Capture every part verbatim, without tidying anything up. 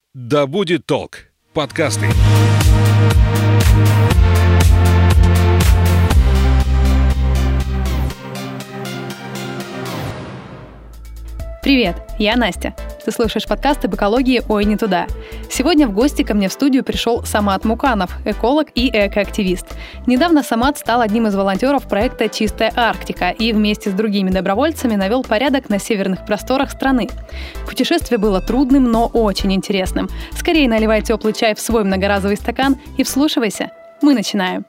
Да будет толк. Подкасты. Привет, я Настя. Ты слушаешь подкаст об экологии «Ой, не туда». Сегодня в гости ко мне в студию пришел Самат Муканов, эколог и экоактивист. Недавно Самат стал одним из волонтеров проекта «Чистая Арктика» и вместе с другими добровольцами навел порядок на северных просторах страны. Путешествие было трудным, но очень интересным. Скорее наливай теплый чай в свой многоразовый стакан и вслушивайся. Мы начинаем.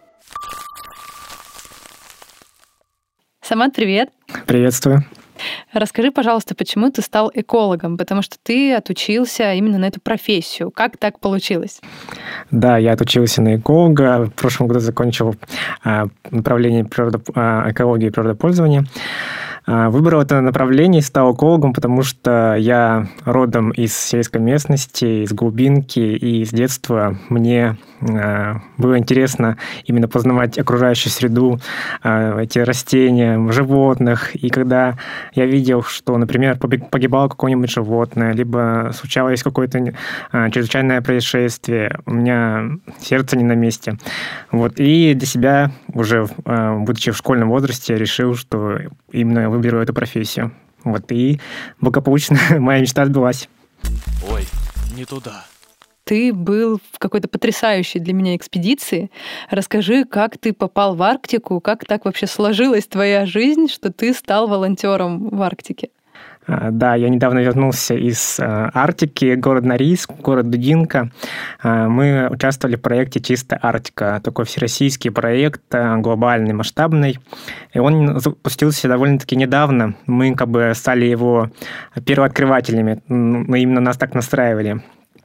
Самат, привет. Приветствую. Расскажи, пожалуйста, почему ты стал экологом? Потому что ты отучился именно на эту профессию. Как так получилось? Да, я отучился на эколога. В прошлом году закончил а, направление природа, а, экологии и природопользования. А, выбрал это направление и стал экологом, потому что я родом из сельской местности, из глубинки, и с детства мне а, было интересно именно познавать окружающую среду, а, эти растения, животных. И когда я видел, что, например, погибало какое-нибудь животное, либо случалось какое-то а, чрезвычайное происшествие, у меня сердце не на месте. Вот. И для себя, уже а, будучи в школьном возрасте, решил, что именно выберу эту профессию. Вот. И благополучно моя мечта сбылась. Ой, не туда. Ты был в какой-то потрясающей для меня экспедиции. Расскажи, как ты попал в Арктику, как так вообще сложилась твоя жизнь, что ты стал волонтером в Арктике? Да, я недавно вернулся из Арктики, город Норильск, город Дудинка. Мы участвовали в проекте «Чистая Арктика», такой всероссийский проект, глобальный, масштабный. И он запустился довольно-таки недавно. Мы как бы стали его первооткрывателями, мы именно нас так настраивали.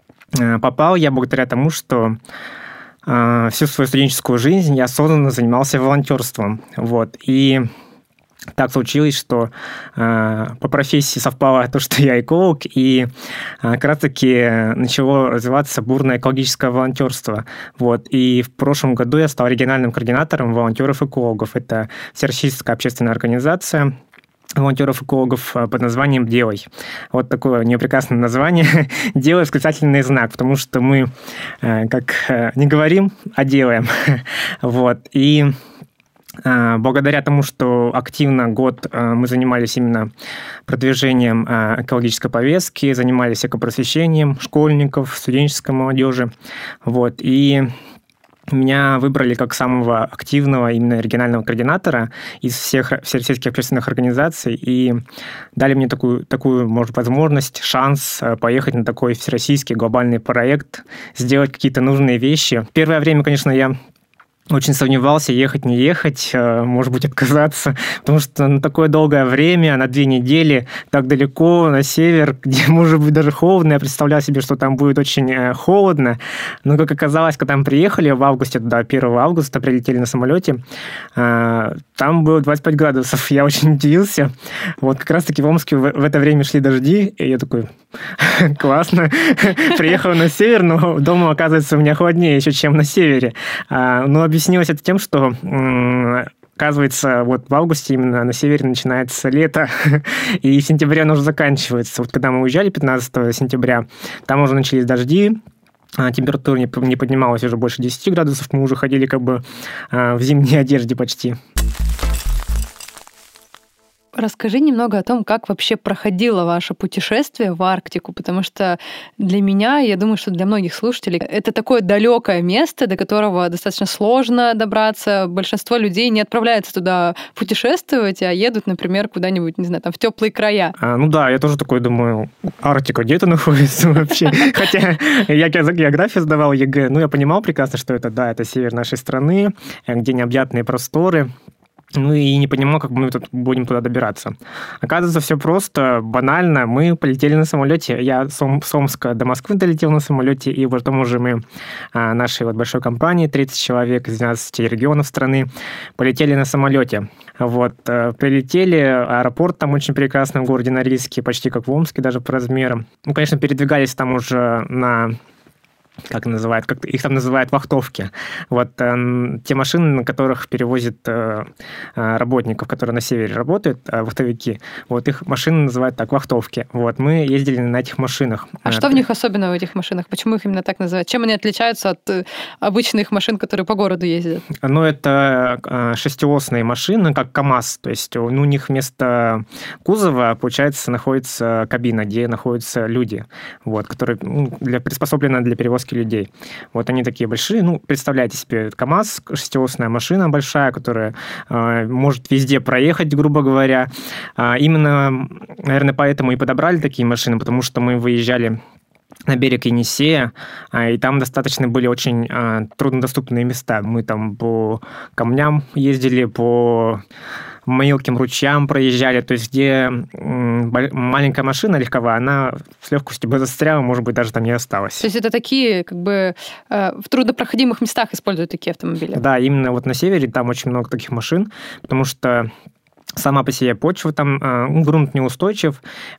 Попал я благодаря тому, что э, всю свою студенческую жизнь я осознанно занимался волонтерством. Вот. И так случилось, что э, по профессии совпало то, что я эколог, и э, как раз-таки начало развиваться бурное экологическое волонтерство. Вот. И в прошлом году я стал региональным координатором волонтеров-экологов. Это всероссийская общественная организация волонтеров-экологов под названием «Делай». Вот такое непрекрасное название. «Делай» — восклицательный знак, потому что мы, как не говорим, а делаем. Вот. И благодаря тому, что активно год мы занимались именно продвижением экологической повестки, занимались экопросвещением школьников, студенческой молодежи. Вот. И меня выбрали как самого активного именно регионального координатора из всех всероссийских общественных организаций и дали мне такую, такую, может, возможность, шанс поехать на такой всероссийский глобальный проект, сделать какие-то нужные вещи. Первое время, конечно, я очень сомневался, ехать, не ехать, может быть, отказаться, потому что на такое долгое время, на две недели, так далеко, на север, где, может быть, даже холодно, я представлял себе, что там будет очень холодно, но, как оказалось, когда мы приехали в августе, туда первого августа, прилетели на самолете, там было двадцать пять градусов, я очень удивился, вот как раз-таки в Омске в это время шли дожди, и я такой, классно, приехал на север, но дома, оказывается, у меня холоднее еще, чем на севере, но объяснилось это тем, что, оказывается, вот в августе именно на севере начинается лето, и в сентябре оно уже заканчивается. Вот когда мы уезжали пятнадцатого сентября, там уже начались дожди, температура не поднималась уже больше десяти градусов, мы уже ходили как бы в зимней одежде почти. Расскажи немного о том, как вообще проходило ваше путешествие в Арктику, потому что для меня, я думаю, что для многих слушателей, это такое далекое место, до которого достаточно сложно добраться. Большинство людей не отправляются туда путешествовать, а едут, например, куда-нибудь, не знаю, там в теплые края. А, ну да, я тоже такой думаю, Арктика где-то находится вообще? Хотя я географию сдавал, ЕГЭ, ну я понимал прекрасно, что это, да, это север нашей страны, где необъятные просторы. Ну и не понимал, как мы тут будем туда добираться. Оказывается, все просто, банально. Мы полетели на самолете. Я с Омска до Москвы долетел на самолете, и потом уже мы нашей вот большой компании, тридцать человек из двенадцати регионов страны, полетели на самолете. Вот. Прилетели, аэропорт там очень прекрасный в городе Норильске, почти как в Омске даже по размерам. Ну, конечно, передвигались там уже на как называют, как их там называют вахтовки. Вот э, те машины, на которых перевозят э, работников, которые на севере работают, э, вахтовики, вот их машины называют так, вахтовки. Вот мы ездили на этих машинах. А что в них особенного в этих машинах? Почему их именно так называют? Чем они отличаются от обычных машин, которые по городу ездят? Ну, это э, шестиосные машины, как КАМАЗ. То есть у них вместо кузова, получается, находится кабина, где находятся люди, вот, которые ну, для, приспособлены для перевозки людей. Вот они такие большие. Ну, представляете себе, КАМАЗ, шестиосная машина большая, которая э, может везде проехать, грубо говоря. А именно, наверное, поэтому и подобрали такие машины, потому что мы выезжали на берег Енисея, и там достаточно были очень а, труднодоступные места. Мы там по камням ездили, по мелким ручьям проезжали, то есть где маленькая машина легковая, она с легкостью бы застряла, может быть, даже там не осталась. То есть это такие, как бы, в труднопроходимых местах используют такие автомобили? Да, именно вот на севере там очень много таких машин, потому что сама по себе почва там, ну, грунт неустойчив,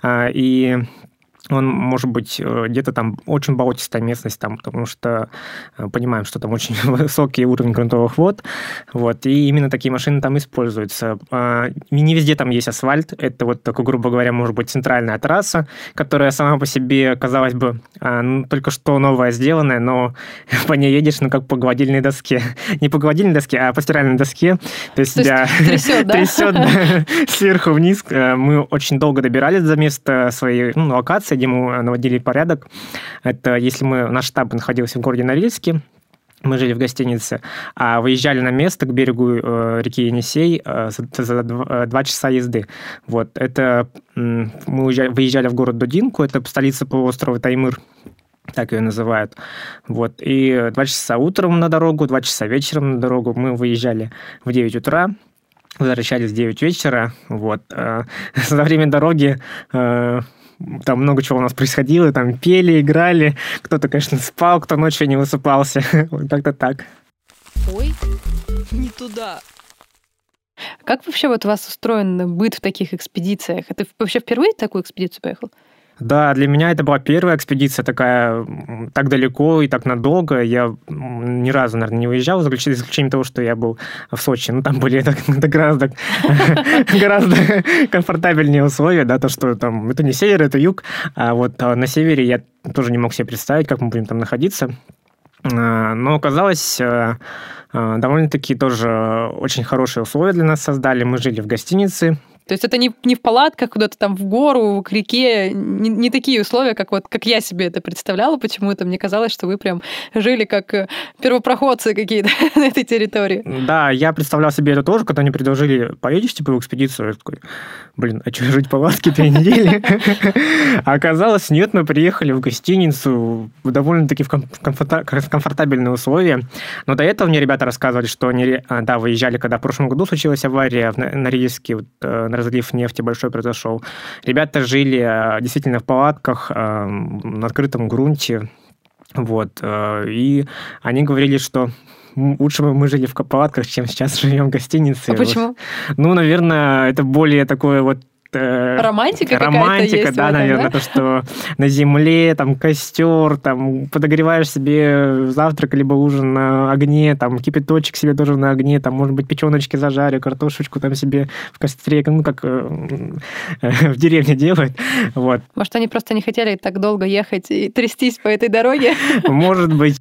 и он может быть где-то там очень болотистая местность, там, потому что понимаем, что там очень высокий уровень грунтовых вод, вот, и именно такие машины там используются. Не везде там есть асфальт, это вот такой, грубо говоря, может быть, центральная трасса, которая сама по себе, казалось бы, ну, только что новая сделанная, но по ней едешь, ну, как по гладильной доске. Не по гладильной доске, а по стиральной доске. То есть, То есть да, трясет, да? Трясет, да, сверху вниз. Мы очень долго добирались до места своей, ну, локации, где мы наводили порядок. Это если мы, наш штаб находился в городе Норильске, мы жили в гостинице, а выезжали на место к берегу э, реки Енисей э, за, за два, два часа езды. Вот. Это э, мы уезжали, выезжали в город Дудинку, это столица полуострова Таймыр, так ее называют. Вот. И два часа утром на дорогу, два часа вечером на дорогу. Мы выезжали в девять утра, возвращались в девять вечера. Вот. За время дороги там много чего у нас происходило, там пели, играли, кто-то, конечно, спал, кто ночью не высыпался. Вот как-то так. Ой, не туда. Как вообще вот у вас устроен быт в таких экспедициях? Ты вообще впервые в такую экспедицию поехал? Да, для меня это была первая экспедиция такая, так далеко и так надолго. Я ни разу, наверное, не выезжал, за исключением того, что я был в Сочи. Ну, там были это, это гораздо, гораздо комфортабельнее условия, да, то, что там это не север, это юг, а вот на севере я тоже не мог себе представить, как мы будем там находиться. Но оказалось, довольно-таки тоже очень хорошие условия для нас создали. Мы жили в гостинице. То есть это не, не в палатках, куда-то там в гору, к реке, не, не такие условия, как вот как я себе это представляла почему-то. Мне казалось, что вы прям жили как первопроходцы какие-то на этой территории. Да, я представлял себе это тоже, когда они предложили, поедешь типа в экспедицию? Я такой, блин, а что, жить в палатке три недели? А оказалось, нет, мы приехали в гостиницу, довольно-таки в комфортабельные условия. Но до этого мне ребята рассказывали, что они, да, выезжали, когда в прошлом году случилась авария в Норильске, вот, разлив нефти большой произошел. Ребята жили действительно в палатках на открытом грунте. Вот. И они говорили, что лучше бы мы жили в палатках, чем сейчас живем в гостинице. А почему? Ну, наверное, это более такое вот романтика Романтика, есть да, этом, наверное, да? То, что на земле, там, костер, там, подогреваешь себе завтрак либо ужин на огне, там, кипяточек себе тоже на огне, там, может быть, печеночки зажарю, картошечку там себе в костре, ну, как в деревне делают, вот. Может, они просто не хотели так долго ехать и трястись по этой дороге? Может быть.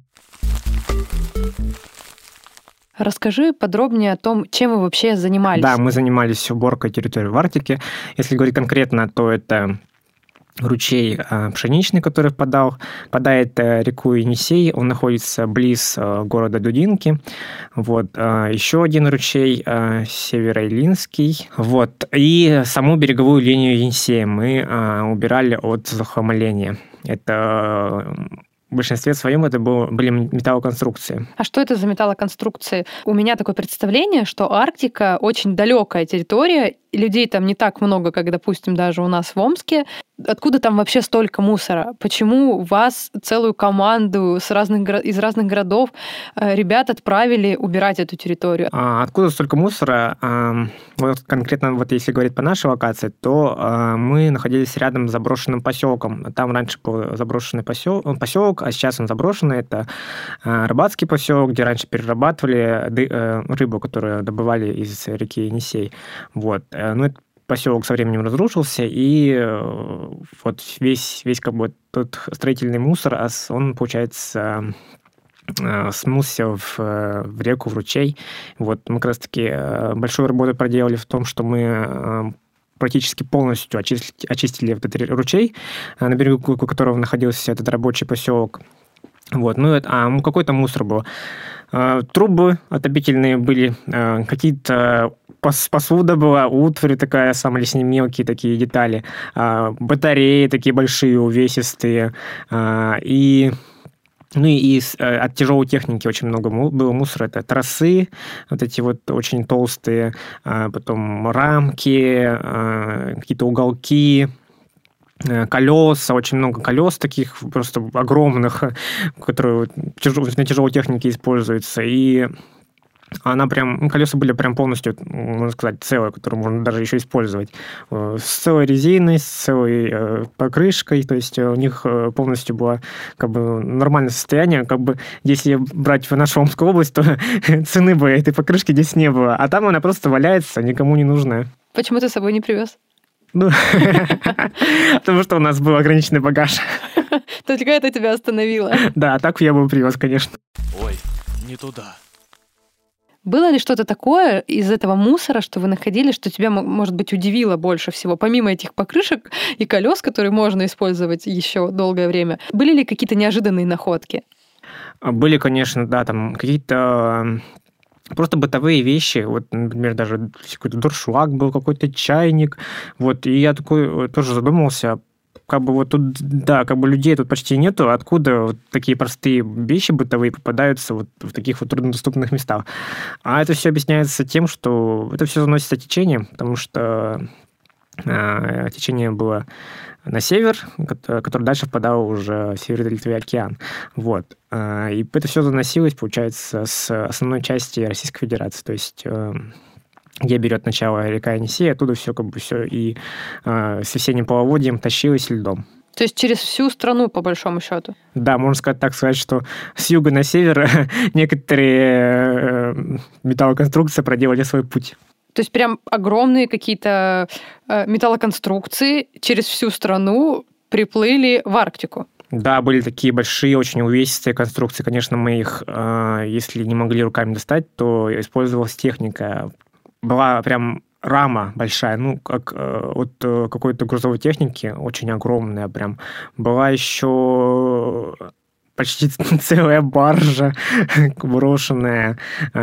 Расскажи подробнее о том, чем вы вообще занимались. Да, мы занимались уборкой территории в Арктике. Если говорить конкретно, то это ручей Пшеничный, который впадал, впадает в реку Енисей, он находится близ города Дудинки. Вот. Еще один ручей Североилинский. Вот. И саму береговую линию Енисея мы убирали от захламления. Это... В большинстве своем это было, были металлоконструкции. А что это за металлоконструкции? У меня такое представление, что Арктика очень далекая территория, людей там не так много, как, допустим, даже у нас в Омске. откуда там вообще столько мусора? Почему вас, целую команду с разных, из разных городов, ребят отправили убирать эту территорию? А откуда столько мусора? Вот конкретно вот если говорить по нашей локации, то мы находились рядом с заброшенным поселком. Там раньше был заброшенный поселок, поселок, а сейчас он заброшенный. Это рыбацкий поселок, где раньше перерабатывали рыбу, которую добывали из реки Енисей. Вот. Ну, это поселок со временем разрушился, и вот весь, весь как бы тот строительный мусор, он, получается, смылся в, в реку, в ручей. Вот мы как раз-таки большую работу проделали в том, что мы практически полностью очистили, очистили вот этот ручей, на берегу которого находился этот рабочий поселок. Вот. Ну, это, а какой-то мусор был. Трубы отопительные были, какие-то посуда была, утварь такая, самые лишние мелкие такие детали, батареи такие большие, увесистые, и, ну и от тяжелой техники очень много было мусора. Это тросы, вот эти вот очень толстые, потом рамки, какие-то уголки, колеса, очень много колес таких просто огромных, которые на тяжелой технике используются, и она прям, ну, колеса были прям полностью, можно сказать, целые, которые можно даже еще использовать, с целой резиной, с целой э, покрышкой, то есть у них полностью было как бы нормальное состояние, как бы если брать в нашу Омскую область, то цены бы этой покрышки здесь не было, а там она просто валяется, никому не нужная. Почему ты с собой не привез? Ну, потому что у нас был ограниченный багаж. Только это тебя остановило. Да, так я бы привез, конечно. Ой, не туда. Было ли что-то такое из этого мусора, что вы находили, что тебя, может быть, удивило больше всего, помимо этих покрышек и колес, которые можно использовать еще долгое время? Были ли какие-то неожиданные находки? Были, конечно, да, там какие-то просто бытовые вещи, вот, например, даже какой-то дуршлаг был, какой-то чайник, вот, и я такой тоже задумался, как бы вот тут, да, как бы людей тут почти нету, откуда вот такие простые вещи бытовые попадаются вот в таких вот труднодоступных местах. А это все объясняется тем, что это все заносится течением, потому что э, течение было на север, который дальше впадал уже в Северный Ледовитый океан. Вот. И это все заносилось, получается, с основной части Российской Федерации. То есть где берет начало река Енисей, оттуда все как бы все и с весенним половодьем тащилось льдом. То есть через всю страну, по большому счету? Да, можно сказать, так сказать, что с юга на север некоторые металлоконструкции проделали свой путь. То есть прям огромные какие-то металлоконструкции через всю страну приплыли в Арктику. Да, были такие большие, очень увесистые конструкции. Конечно, мы их, если не могли руками достать, то использовалась техника. Была прям рама большая, ну, как от какой-то грузовой техники, очень огромная прям. Была еще почти целая баржа брошенная.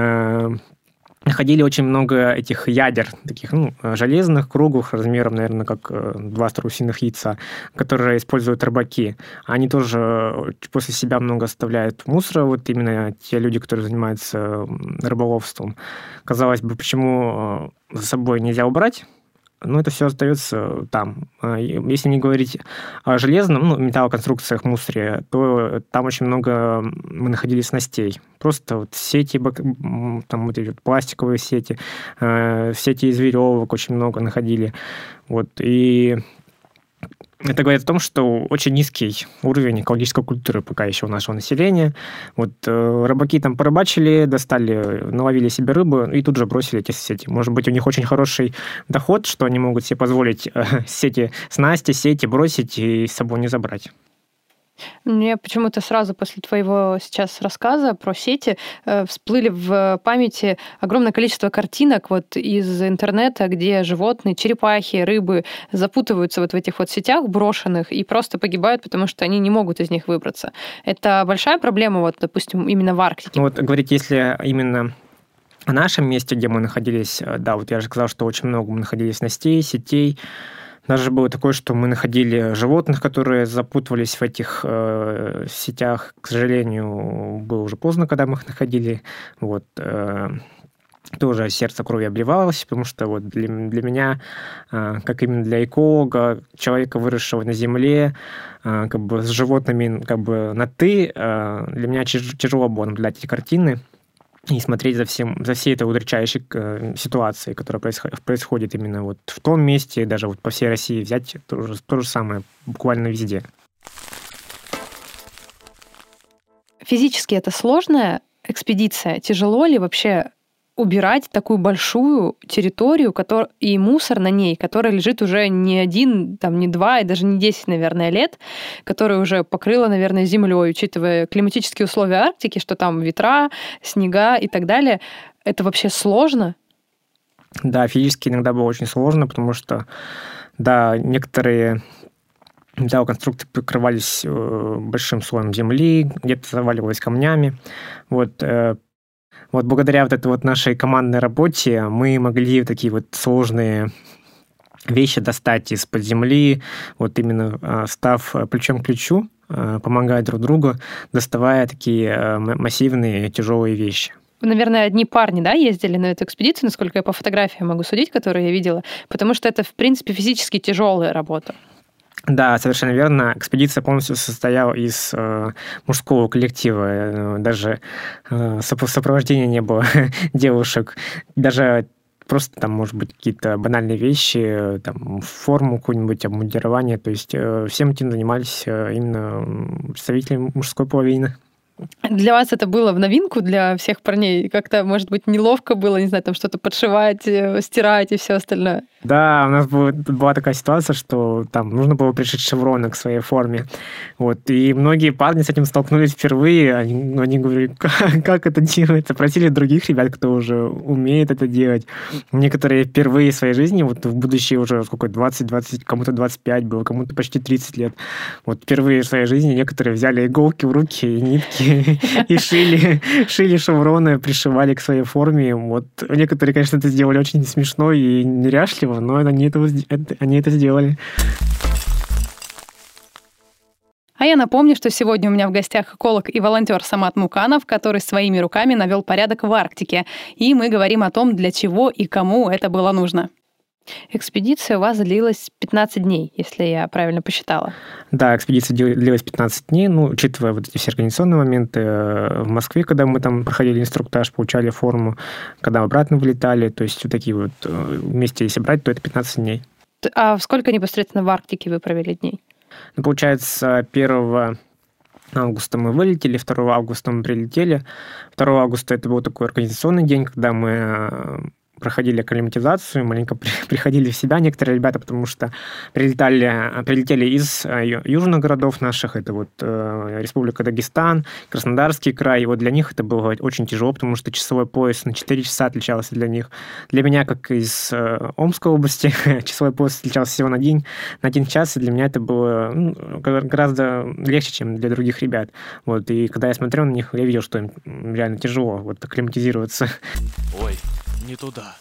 Находили очень много этих ядер, таких, ну, железных, круглых, размером, наверное, как два страусиных яйца, которые используют рыбаки. Они тоже после себя много оставляют мусора, вот именно те люди, которые занимаются рыболовством. Казалось бы, почему за собой нельзя убрать? Но это все остается там. Если не говорить о железном, ну, металлоконструкциях, мусоре, то там очень много мы находили снастей. Просто вот сети, там вот эти пластиковые сети, сети из веревок очень много находили. Вот. И это говорит о том, что очень низкий уровень экологической культуры пока еще у нашего населения. Вот э, рыбаки там порыбачили, достали, наловили себе рыбу и тут же бросили эти сети. Может быть, у них очень хороший доход, что они могут себе позволить э, сети, снасти, сети бросить и с собой не забрать. Мне почему-то сразу после твоего сейчас рассказа про сети э, всплыли в памяти огромное количество картинок вот из интернета, где животные, черепахи, рыбы запутываются вот в этих вот сетях брошенных и просто погибают, потому что они не могут из них выбраться. Это большая проблема, вот, допустим, именно в Арктике? Ну вот говорить, если именно о нашем месте, где мы находились, да, вот я же сказал, что очень много мы находились снастей, сетей. Даже было такое, что мы находили животных, которые запутывались в этих э, сетях. К сожалению, было уже поздно, когда мы их находили. Вот. Э, тоже сердце кровью обливалось, потому что вот для, для меня, как именно для эколога, человека, выросшего на земле, как бы с животными как бы на «ты», для меня тяжело было наблюдать эти картины и смотреть за, всем, за всей этой удручающей ситуацией, которая происходит, происходит именно вот в том месте, даже вот по всей России взять то же, то же самое буквально везде. Физически это сложная экспедиция? Тяжело ли вообще убирать такую большую территорию который, и мусор на ней, который лежит уже не один, там, не два и даже не десять, наверное, лет, который уже покрыло, наверное, землей, учитывая климатические условия Арктики, что там ветра, снега и так далее. Это вообще сложно? Да, физически иногда было очень сложно, потому что, да, некоторые да, конструкции покрывались большим слоем земли, где-то заваливалось камнями. Вот, Вот благодаря вот этой вот нашей командной работе мы могли такие вот сложные вещи достать из-под земли, вот именно став плечом к плечу, помогая друг другу, доставая такие массивные тяжелые вещи. Вы, наверное, одни парни, да, ездили на эту экспедицию, насколько я по фотографиям могу судить, которые я видела, потому что это, в принципе, физически тяжелая работа. Да, совершенно верно. Экспедиция полностью состояла из э, мужского коллектива. Даже э, сопровождения не было девушек. Даже просто там, может быть, какие-то банальные вещи, там, форму какую-нибудь, обмундирование. То есть э, всем этим занимались э, именно представители мужской половины. Для вас это было в новинку, для всех парней? Как-то, может быть, неловко было, не знаю, там что-то подшивать, стирать и все остальное? Да, у нас была, была такая ситуация, что там нужно было пришить шевроны к своей форме. Вот. И многие парни с этим столкнулись впервые. Они, они говорили, как, как это делается? Просили других ребят, кто уже умеет это делать. Некоторые впервые в своей жизни, вот в будущее уже сколько, двадцать, двадцать, кому-то двадцать пять было, кому-то почти тридцать лет. Вот впервые в своей жизни некоторые взяли иголки в руки и нитки и шили, шили шевроны, пришивали к своей форме. Вот некоторые, конечно, это сделали очень смешно и неряшливо, но они это, они это сделали. А я напомню, что сегодня у меня в гостях эколог и волонтер Самат Муканов, который своими руками навел порядок в Арктике. И мы говорим о том, для чего и кому это было нужно. Экспедиция у вас длилась пятнадцать дней, если я правильно посчитала. Да, экспедиция длилась пятнадцать дней, ну, учитывая вот эти все организационные моменты. В Москве, когда мы там проходили инструктаж, получали форму, когда обратно вылетали, то есть вот такие вот вместе, если брать, то это пятнадцать дней. А сколько непосредственно в Арктике вы провели дней? Ну, получается, первого августа мы вылетели, второго августа мы прилетели. второго августа это был такой организационный день, когда мы проходили акклиматизацию, маленько приходили в себя некоторые ребята, потому что прилетали, прилетели из южных городов наших, это вот э, Республика Дагестан, Краснодарский край, и вот для них это было очень тяжело, потому что часовой пояс на четыре часа отличался для них. Для меня, как из э, Омской области, часовой пояс отличался всего на день, на один час, и для меня это было ну, гораздо легче, чем для других ребят. Вот, и когда я смотрел на них, я видел, что им реально тяжело вот, акклиматизироваться. Ой, не туда.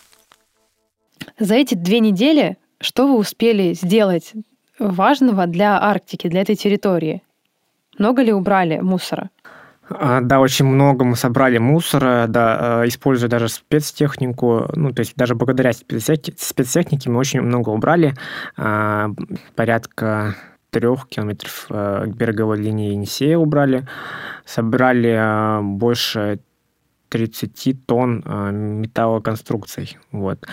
За эти две недели что вы успели сделать важного для Арктики, для этой территории? Много ли убрали мусора? Да, очень много мы собрали мусора, да, используя даже спецтехнику, ну, то есть даже благодаря спецтехнике мы очень много убрали, порядка трех километров береговой линии Енисея убрали, собрали больше тридцать тонн металлоконструкций. Вот.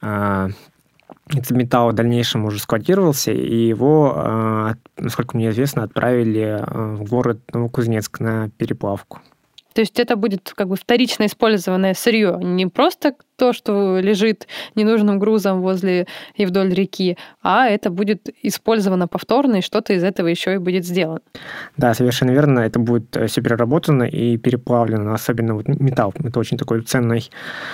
Этот металл в дальнейшем уже складировался, и его, насколько мне известно, отправили в город Новокузнецк на переплавку. То есть это будет как бы вторично использованное сырье, не просто то, что лежит ненужным грузом возле и вдоль реки, а это будет использовано повторно, и что-то из этого еще и будет сделано. Да, совершенно верно. Это будет все переработано и переплавлено, особенно вот металл. Это очень такой ценный...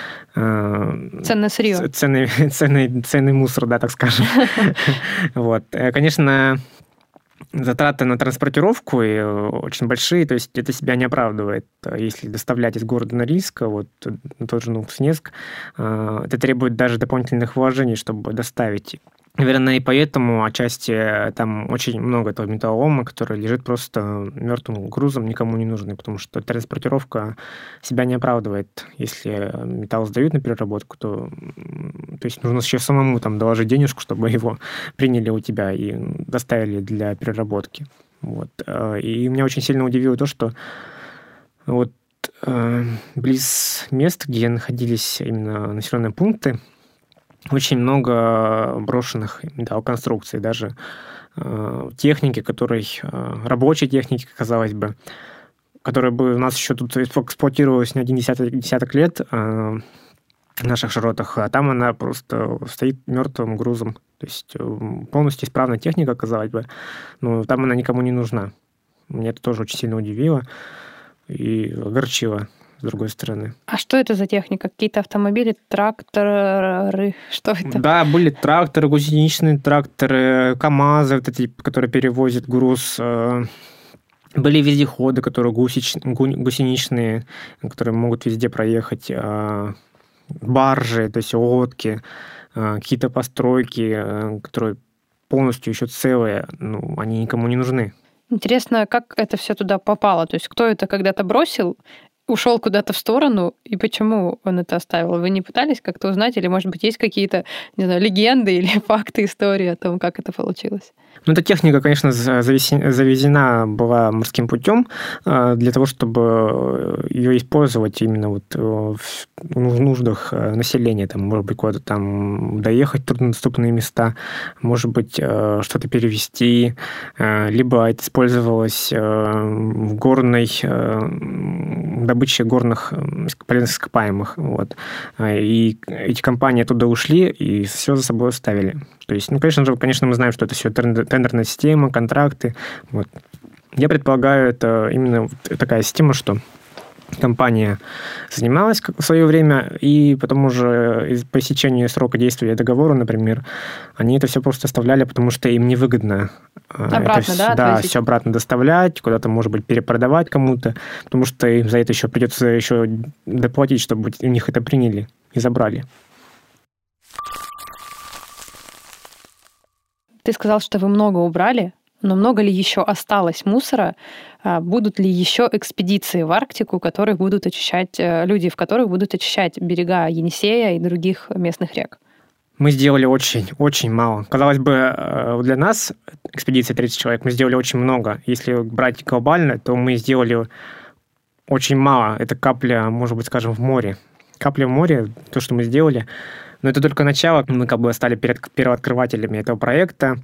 Ценное сырье. Ценный, ценный, ценный мусор, да, так скажем. Вот. Конечно, затраты на транспортировку очень большие, то есть это себя не оправдывает. Если доставлять из города Норильска, вот тот же Новокузнецк, это требует даже дополнительных вложений, чтобы доставить. Наверное, и поэтому отчасти там очень много этого металлолома, который лежит просто мертвым грузом, никому не нужный, потому что транспортировка себя не оправдывает. Если металл сдают на переработку, то, то есть нужно еще самому там доложить денежку, чтобы его приняли у тебя и доставили для переработки. Вот. И меня очень сильно удивило то, что вот близ мест, где находились именно населенные пункты, очень много брошенных металлоконструкций, даже э, техники, которой, э, рабочей техники, казалось бы, которая бы у нас еще тут эксплуатировалась не один десяток, десяток лет э, в наших широтах, а там она просто стоит мертвым грузом. То есть э, полностью исправная техника, казалось бы, но там она никому не нужна. Меня это тоже очень сильно удивило и огорчило. С другой стороны. А что это за техника? Какие-то автомобили, тракторы? Что это? Да, были тракторы, гусеничные тракторы, КАМАЗы, вот эти, которые перевозят груз. Были вездеходы, которые гусеч... гусеничные, которые могут везде проехать. Баржи, то есть лодки, какие-то постройки, которые полностью еще целые, ну, они никому не нужны. Интересно, как это все туда попало? То есть кто это когда-то бросил, ушел куда-то в сторону, и почему он это оставил? Вы не пытались как-то узнать? Или, может быть, есть какие-то, не знаю, легенды или факты, истории о том, как это получилось? Ну, эта техника, конечно, завезена была морским путем для того, чтобы ее использовать именно вот в нуждах населения. Там, может быть, куда-то там доехать в труднодоступные места, может быть, что-то перевезти, либо это использовалось в горной добыче горных полезных ископаемых. Вот. И эти компании оттуда ушли и все за собой оставили. То есть, ну, конечно же, конечно, мы знаем, что это все тендерная система, контракты. Вот. Я предполагаю, это именно вот такая система, что компания занималась в свое время, и потом уже по истечению срока действия договора, например, они это все просто оставляли, потому что им невыгодно обратно, это да, да, все обратно доставлять, куда-то, может быть, перепродавать кому-то, потому что им за это еще придется еще доплатить, чтобы у них это приняли и забрали. Ты сказал, что вы много убрали, но много ли еще осталось мусора? Будут ли еще экспедиции в Арктику, которые будут очищать, люди, в которых будут очищать берега Енисея и других местных рек? Мы сделали очень-очень мало. Казалось бы, для нас, экспедиция тридцать человек, мы сделали очень много. Если брать глобально, то мы сделали очень мало. Это капля, может быть, скажем, в море. Капля в море, то, что мы сделали. Но это только начало. Мы как бы стали первооткрывателями этого проекта.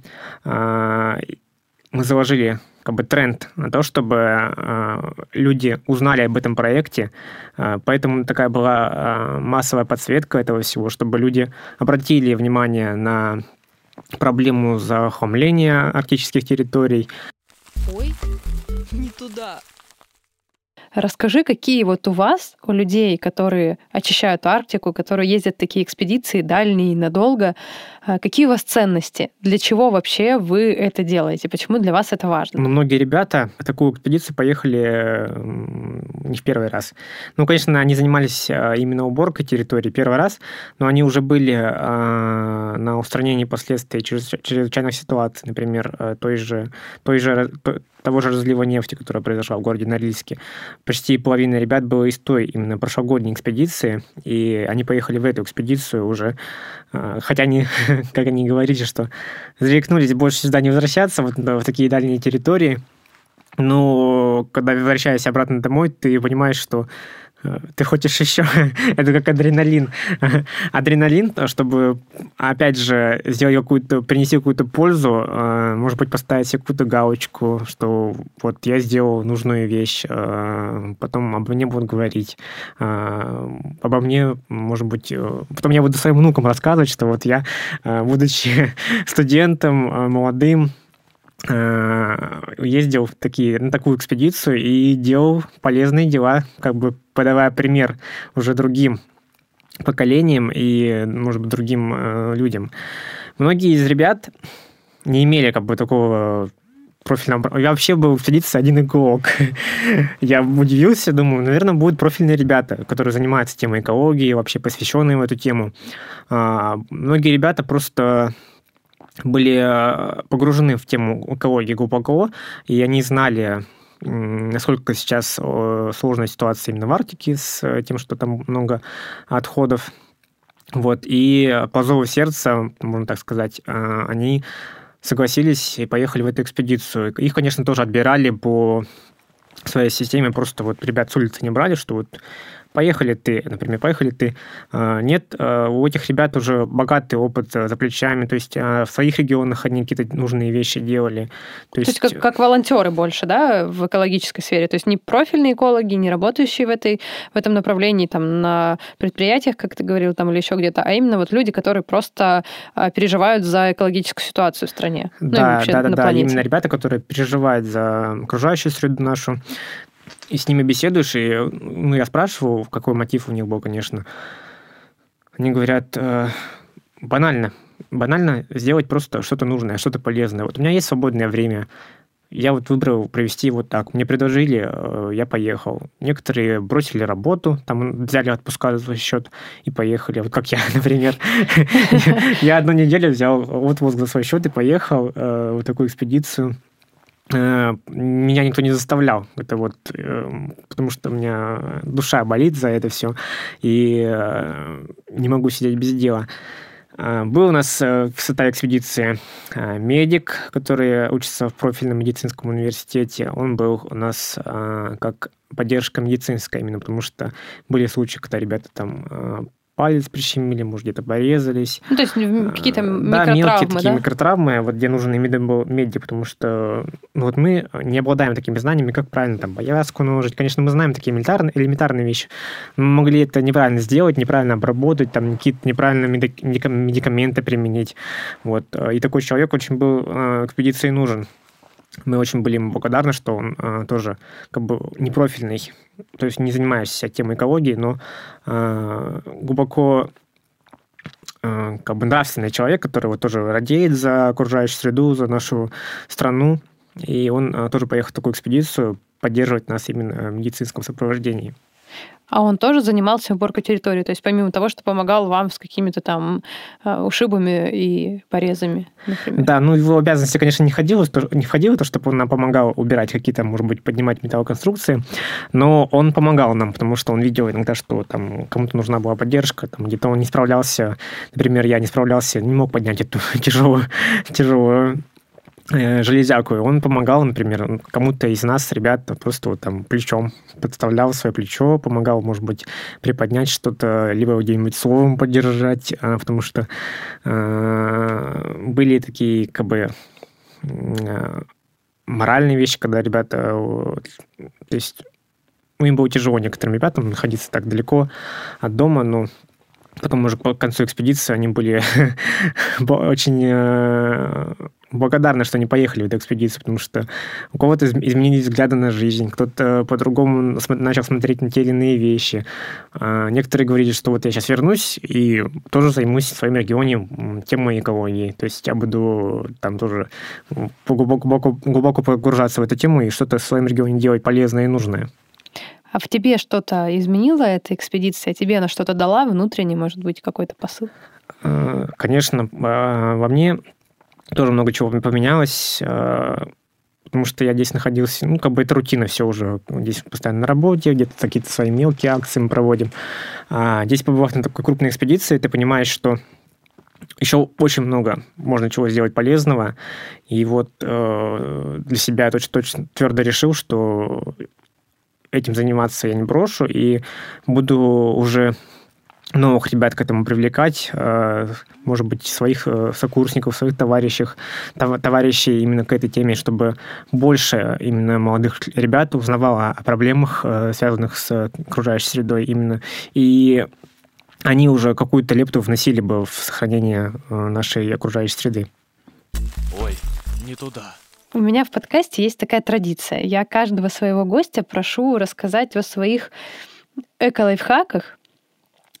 Мы заложили как бы тренд на то, чтобы люди узнали об этом проекте. Поэтому такая была массовая подсветка этого всего, чтобы люди обратили внимание на проблему захламления арктических территорий. Ой, не туда. Расскажи, какие вот у вас, у людей, которые очищают Арктику, которые ездят в такие экспедиции дальние, надолго, какие у вас ценности? Для чего вообще вы это делаете? Почему для вас это важно? Многие ребята в такую экспедицию поехали не в первый раз. Ну, конечно, они занимались именно уборкой территории первый раз, но они уже были на устранении последствий чрезвычайных ситуаций, например, той же, той же, того же разлива нефти, который произошел в городе Норильске. Почти половина ребят было из той именно прошлогодней экспедиции, и они поехали в эту экспедицию уже, хотя они, как они говорили, что зарекнулись больше сюда не возвращаться, вот в такие дальние территории, но когда возвращаешься обратно домой, ты понимаешь, что ты хочешь еще. Это как адреналин. Адреналин, чтобы, опять же, сделать какую-то, принести какую-то пользу, может быть, поставить себе какую-то галочку, что вот я сделал нужную вещь, потом обо мне будут говорить, обо мне, может быть, потом я буду своим внукам рассказывать, что вот я, будучи студентом, молодым, ездил в такие, на такую экспедицию и делал полезные дела, как бы подавая пример уже другим поколениям и, может быть, другим э, людям. Многие из ребят не имели как бы такого профильного... Я вообще был в экспедиции один эколог. Я удивился, думаю, наверное, будут профильные ребята, которые занимаются темой экологии, вообще посвященные в эту тему. А, многие ребята просто были погружены в тему экологии глубоко, и они знали, насколько сейчас сложная ситуация именно в Арктике с тем, что там много отходов. Вот. И по зову сердца, можно так сказать, они согласились и поехали в эту экспедицию. Их, конечно, тоже отбирали по своей системе, просто вот ребят с улицы не брали, что вот поехали ты, например, поехали ты. Нет, у этих ребят уже богатый опыт за плечами, то есть в своих регионах они какие-то нужные вещи делали. То, то есть, есть как, как волонтеры больше, да, в экологической сфере, то есть не профильные экологи, не работающие в, этой, в этом направлении, там, на предприятиях, как ты говорил, там, или еще где-то, а именно вот люди, которые просто переживают за экологическую ситуацию в стране. Да, ну, да, да, да, именно ребята, которые переживают за окружающую среду нашу. И с ними беседуешь, и ну, я спрашивал, какой мотив у них был, конечно. Они говорят, э, банально, банально сделать просто что-то нужное, что-то полезное. Вот у меня есть свободное время, я вот выбрал провести вот так. Мне предложили, э, я поехал. Некоторые бросили работу, там взяли отпуска за свой счет и поехали. Вот как я, например. Я одну неделю взял отпуск за свой счет и поехал в такую экспедицию. Меня никто не заставлял. Это вот потому что у меня душа болит за это все, и не могу сидеть без дела. Был у нас в этой экспедиции медик, который учится в профильном медицинском университете. Он был у нас как поддержка медицинская, именно потому что были случаи, когда ребята там палец прищемили, может, где-то порезались. Ну, то есть какие-то микротравмы, да? мелкие такие да? микротравмы, вот где нужен именно был медик, потому что ну, вот мы не обладаем такими знаниями, как правильно там повязку наложить. Конечно, мы знаем такие элементарные, элементарные вещи. Мы могли это неправильно сделать, неправильно обработать, там какие-то неправильные медикаменты применить. Вот. И такой человек очень был экспедиции нужен. Мы очень были ему благодарны, что он а, тоже как бы непрофильный, то есть не занимаешься темой экологии, но а, глубоко а, как бы нравственный человек, который вот тоже радеет за окружающую среду, за нашу страну, и он а, тоже поехал в такую экспедицию поддерживать нас именно в медицинском сопровождении. А он тоже занимался уборкой территории, то есть помимо того, что помогал вам с какими-то там ушибами и порезами, например? Да, ну его обязанности, конечно, не входило, не входило то, чтобы он нам помогал убирать какие-то, может быть, поднимать металлоконструкции, но он помогал нам, потому что он видел иногда, что там кому-то нужна была поддержка, там где-то он не справлялся, например, я не справлялся, не мог поднять эту тяжелую, тяжелую железяку, и он помогал, например, кому-то из нас, ребят, просто вот там плечом подставлял свое плечо, помогал, может быть, приподнять что-то, либо где-нибудь словом поддержать, потому что э, были такие, как бы, э, моральные вещи, когда ребята, то есть, ну, им было тяжело некоторым ребятам находиться так далеко от дома, но потом уже к концу экспедиции они были очень благодарны, что они поехали в эту экспедицию, потому что у кого-то изменились взгляды на жизнь, кто-то по-другому начал смотреть на те или иные вещи. Некоторые говорили, что вот я сейчас вернусь и тоже займусь в своем регионе темой экологии. То есть я буду там тоже глубоко, глубоко погружаться в эту тему и что-то в своем регионе делать полезное и нужное. А в тебе что-то изменила эта экспедиция? Тебе она что-то дала внутренний, может быть, какой-то посыл? Конечно, во мне тоже много чего поменялось, потому что я здесь находился, ну, как бы это рутина все уже. Здесь постоянно на работе, где-то какие-то свои мелкие акции мы проводим. А здесь, побывав на такой крупной экспедиции, ты понимаешь, что еще очень много можно чего сделать полезного. И вот для себя я точно, точно твердо решил, что этим заниматься я не брошу, и буду уже новых ребят к этому привлекать, может быть, своих сокурсников, своих товарищей, товарищей именно к этой теме, чтобы больше именно молодых ребят узнавало о проблемах, связанных с окружающей средой именно, и они уже какую-то лепту вносили бы в сохранение нашей окружающей среды. Ой, не туда. У меня в подкасте есть такая традиция. Я каждого своего гостя прошу рассказать о своих эко-лайфхаках,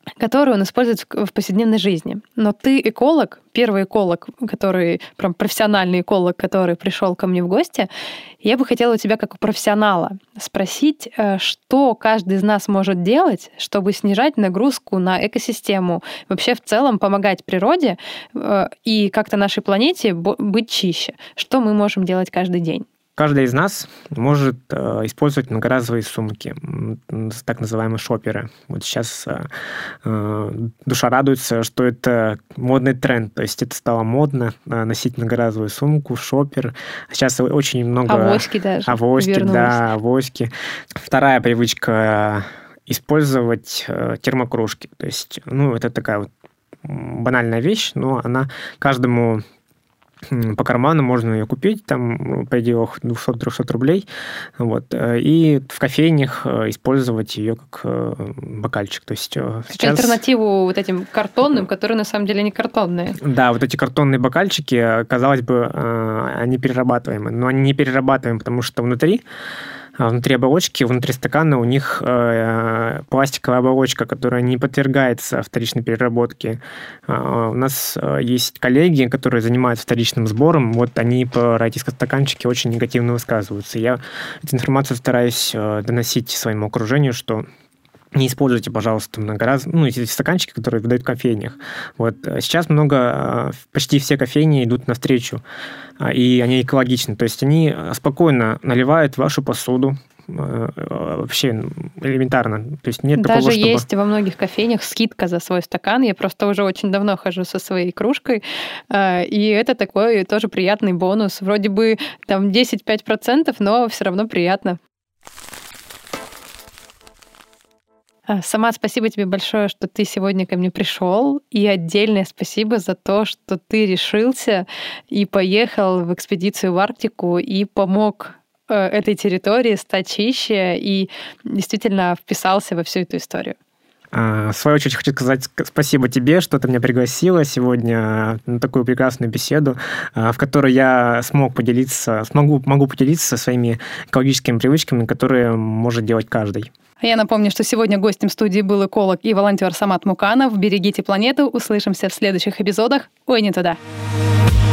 которую он использует в повседневной жизни. Но ты эколог, первый эколог, который, прям профессиональный эколог, который пришел ко мне в гости. Я бы хотела у тебя, как у профессионала, спросить, что каждый из нас может делать, чтобы снижать нагрузку на экосистему, вообще в целом помогать природе и как-то нашей планете быть чище. Что мы можем делать каждый день? Каждый из нас может э, использовать многоразовые сумки, так называемые шоперы. Вот сейчас э, душа радуется, что это модный тренд, то есть это стало модно носить многоразовую сумку, шопер. Сейчас очень много... Авоськи даже Авоськи, вернулись. да, авоськи. Вторая привычка – использовать термокружки. То есть, ну, это такая вот банальная вещь, но она каждому... по карману можно ее купить, там, в пределах двести-триста рублей, вот, и в кофейнях использовать ее как бокальчик. То есть сейчас... Альтернативу вот этим картонным, которые на самом деле не картонные. Да, вот эти картонные бокальчики, казалось бы, они перерабатываемы, но они не перерабатываемы, потому что внутри Внутри оболочки, внутри стакана у них э, пластиковая оболочка, которая не подвергается вторичной переработке. Э, у нас э, есть коллеги, которые занимаются вторичным сбором. Вот они про эти стаканчики очень негативно высказываются. Я эту информацию стараюсь э, доносить своему окружению, что не используйте, пожалуйста, многоразовые, ну, эти стаканчики, которые выдают в кофейнях. Вот. Сейчас много, почти все кофейни идут навстречу, и они экологичны. То есть они спокойно наливают вашу посуду, вообще элементарно. То есть нет Даже такого, чтобы... есть во многих кофейнях скидка за свой стакан. Я просто уже очень давно хожу со своей кружкой, и это такой тоже приятный бонус. Вроде бы там десять-пять процентов, но все равно приятно. Самат, спасибо тебе большое, что ты сегодня ко мне пришел, и отдельное спасибо за то, что ты решился и поехал в экспедицию в Арктику и помог этой территории стать чище и действительно вписался во всю эту историю. В свою очередь хочу сказать спасибо тебе, что ты меня пригласила сегодня на такую прекрасную беседу, в которой я смог поделиться, смогу, могу поделиться своими экологическими привычками, которые может делать каждый. Я напомню, что сегодня гостем студии был эколог и волонтер Самат Муканов. Берегите планету. Услышимся в следующих эпизодах. Ой, не туда.